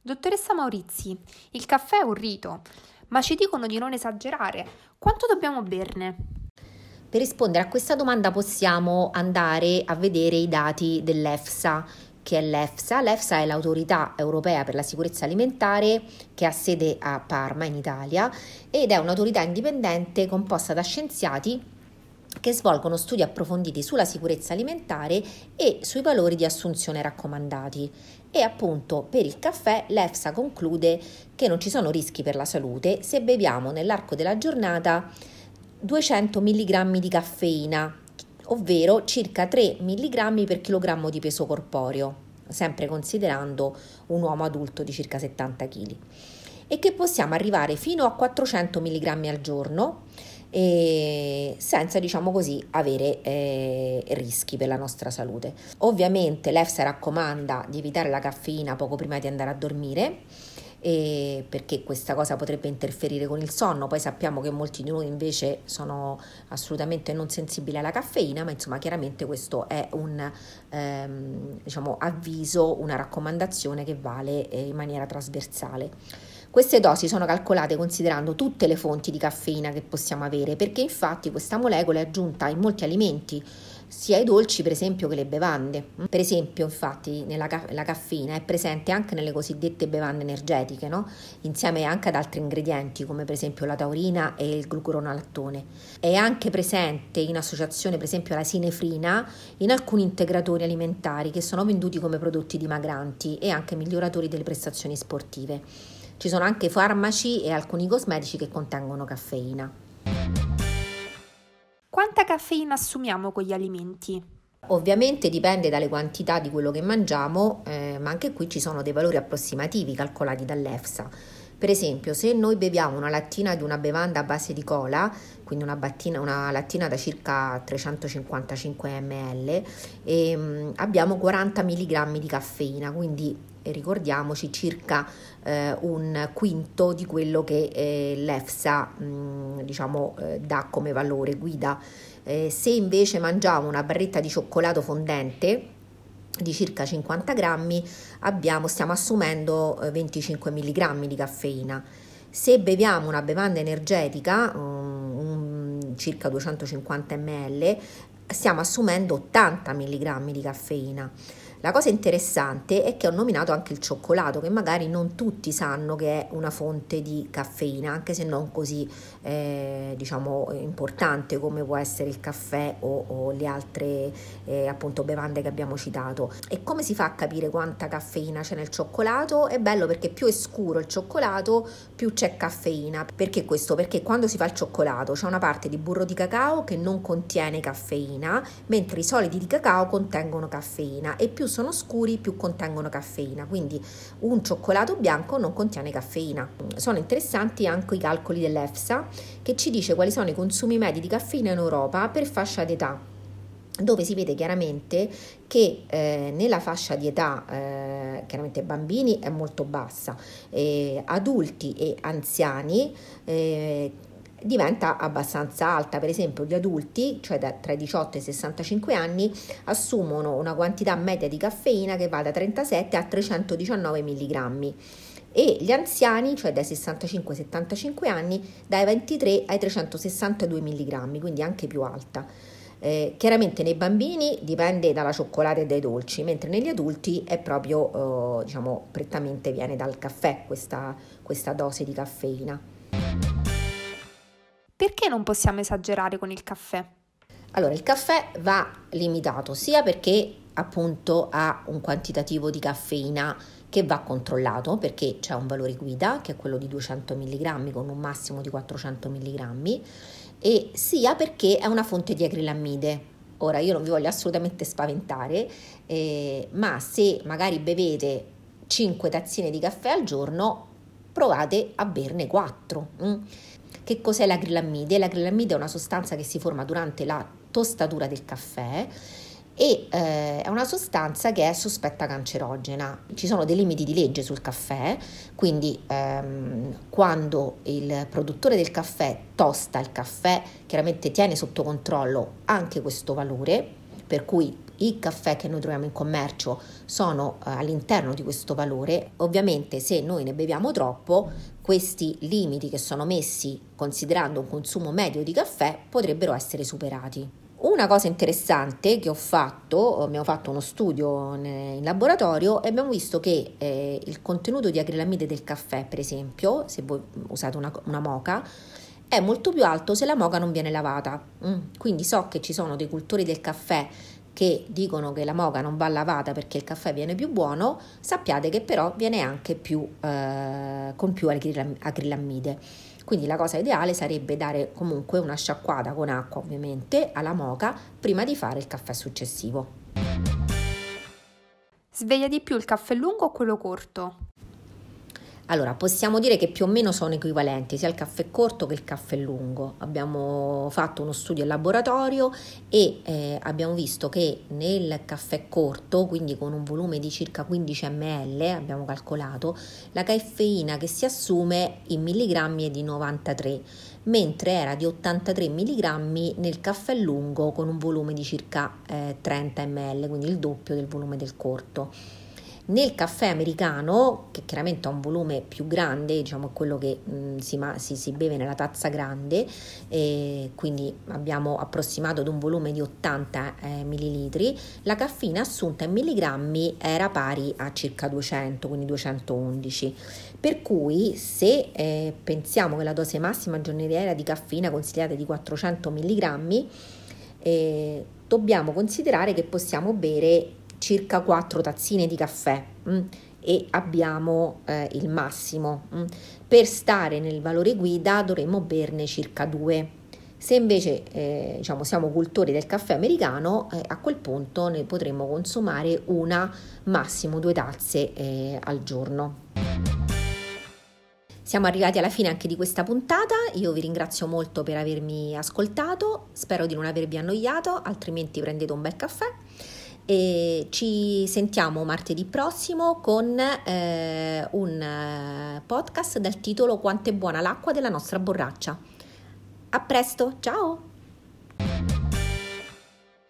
Dottoressa Maurizi, il caffè è un rito, ma ci dicono di non esagerare. Quanto dobbiamo berne? Per rispondere a questa domanda possiamo andare a vedere i dati dell'EFSA, che è l'EFSA. L'EFSA è l'Autorità Europea per la Sicurezza Alimentare che ha sede a Parma in Italia ed è un'autorità indipendente composta da scienziati che svolgono studi approfonditi sulla sicurezza alimentare e sui valori di assunzione raccomandati. E appunto per il caffè l'EFSA conclude che non ci sono rischi per la salute se beviamo nell'arco della giornata 200 mg di caffeina, ovvero circa 3 mg per chilogrammo di peso corporeo, sempre considerando un uomo adulto di circa 70 kg, e che possiamo arrivare fino a 400 mg al giorno senza, avere rischi per la nostra salute. Ovviamente l'EFSA raccomanda di evitare la caffeina poco prima di andare a dormire, perché questa cosa potrebbe interferire con il sonno. Poi sappiamo che molti di noi invece sono assolutamente non sensibili alla caffeina, ma insomma chiaramente questo è un avviso, una raccomandazione che vale in maniera trasversale. Queste dosi sono calcolate considerando tutte le fonti di caffeina che possiamo avere, perché infatti questa molecola è aggiunta in molti alimenti, sia i dolci per esempio che le bevande. Per esempio, infatti, la caffeina è presente anche nelle cosiddette bevande energetiche, no? Insieme anche ad altri ingredienti come per esempio la taurina e il glucuronalattone. È anche presente in associazione per esempio alla sinefrina in alcuni integratori alimentari che sono venduti come prodotti dimagranti e anche miglioratori delle prestazioni sportive. Ci sono anche farmaci e alcuni cosmetici che contengono caffeina. Quanta caffeina assumiamo con gli alimenti? Ovviamente dipende dalle quantità di quello che mangiamo, ma anche qui ci sono dei valori approssimativi calcolati dall'EFSA. Per esempio, se noi beviamo una lattina di una bevanda a base di cola, quindi una lattina da circa 355 ml, abbiamo 40 mg di caffeina, quindi ricordiamoci circa un quinto di quello che l'EFSA dà come valore guida. Se invece mangiamo una barretta di cioccolato fondente di circa 50 grammi stiamo assumendo 25 mg di caffeina. Se beviamo una bevanda energetica, circa 250 ml, stiamo assumendo 80 mg di caffeina. La cosa interessante è che ho nominato anche il cioccolato, che magari non tutti sanno che è una fonte di caffeina, anche se non così importante come può essere il caffè o le altre bevande che abbiamo citato. E come si fa a capire quanta caffeina c'è nel cioccolato? È bello perché più è scuro il cioccolato, più c'è caffeina. Perché questo? Perché quando si fa il cioccolato c'è una parte di burro di cacao che non contiene caffeina, mentre i solidi di cacao contengono caffeina, e più sono scuri più contengono caffeina, quindi un cioccolato bianco non contiene caffeina. Sono interessanti anche i calcoli dell'EFSA che ci dice quali sono i consumi medi di caffeina in Europa per fascia d'età, dove si vede chiaramente che nella fascia di età chiaramente bambini è molto bassa, adulti e anziani diventa abbastanza alta. Per esempio gli adulti, cioè tra i 18 e i 65 anni, assumono una quantità media di caffeina che va da 37 a 319 mg, e gli anziani, cioè dai 65 ai 75 anni, dai 23 ai 362 mg, quindi anche più alta. Chiaramente nei bambini dipende dalla cioccolata e dai dolci, mentre negli adulti è proprio prettamente viene dal caffè questa dose di caffeina. Perché non possiamo esagerare con il caffè? Allora, il caffè va limitato sia perché appunto ha un quantitativo di caffeina che va controllato, perché c'è un valore guida che è quello di 200 mg con un massimo di 400 mg, e sia perché è una fonte di acrilammide. Ora, io non vi voglio assolutamente spaventare, ma se magari bevete 5 tazzine di caffè al giorno, provate a berne 4. Che cos'è l'acrilammide? L'acrilammide è una sostanza che si forma durante la tostatura del caffè e è una sostanza che è sospetta cancerogena. Ci sono dei limiti di legge sul caffè, quindi quando il produttore del caffè tosta il caffè, chiaramente tiene sotto controllo anche questo valore, per cui I caffè che noi troviamo in commercio sono all'interno di questo valore. Ovviamente se noi ne beviamo troppo, questi limiti che sono messi considerando un consumo medio di caffè potrebbero essere superati. Una cosa interessante che abbiamo fatto uno studio in laboratorio e abbiamo visto che il contenuto di acrilamide del caffè, per esempio, se voi usate una moka, è molto più alto se la moka non viene lavata. Quindi so che ci sono dei cultori del caffè che dicono che la moka non va lavata perché il caffè viene più buono, sappiate che però viene anche con più acrilamide. Quindi la cosa ideale sarebbe dare comunque una sciacquata con acqua, ovviamente, alla moka prima di fare il caffè successivo. Sveglia di più il caffè lungo o quello corto? Allora, possiamo dire che più o meno sono equivalenti sia il caffè corto che il caffè lungo. Abbiamo fatto uno studio in laboratorio e abbiamo visto che nel caffè corto, quindi con un volume di circa 15 ml, abbiamo calcolato, la caffeina che si assume in milligrammi è di 93, mentre era di 83 milligrammi nel caffè lungo con un volume di circa 30 ml, quindi il doppio del volume del corto. Nel caffè americano, che chiaramente ha un volume più grande, diciamo quello che si beve nella tazza grande, quindi abbiamo approssimato ad un volume di 80 millilitri, la caffeina assunta in milligrammi era pari a circa 200, quindi 211. Per cui se pensiamo che la dose massima giornaliera di caffeina consigliata è di 400 milligrammi, dobbiamo considerare che possiamo bere circa 4 tazzine di caffè e abbiamo il massimo. Per stare nel valore guida dovremmo berne circa 2. Se invece siamo cultori del caffè americano, a quel punto ne potremmo consumare massimo 2 tazze al giorno. Siamo arrivati alla fine anche di questa puntata, io vi ringrazio molto per avermi ascoltato, spero di non avervi annoiato, altrimenti prendete un bel caffè. E ci sentiamo martedì prossimo con un podcast dal titolo Quanto è buona l'acqua della nostra borraccia. A presto, ciao!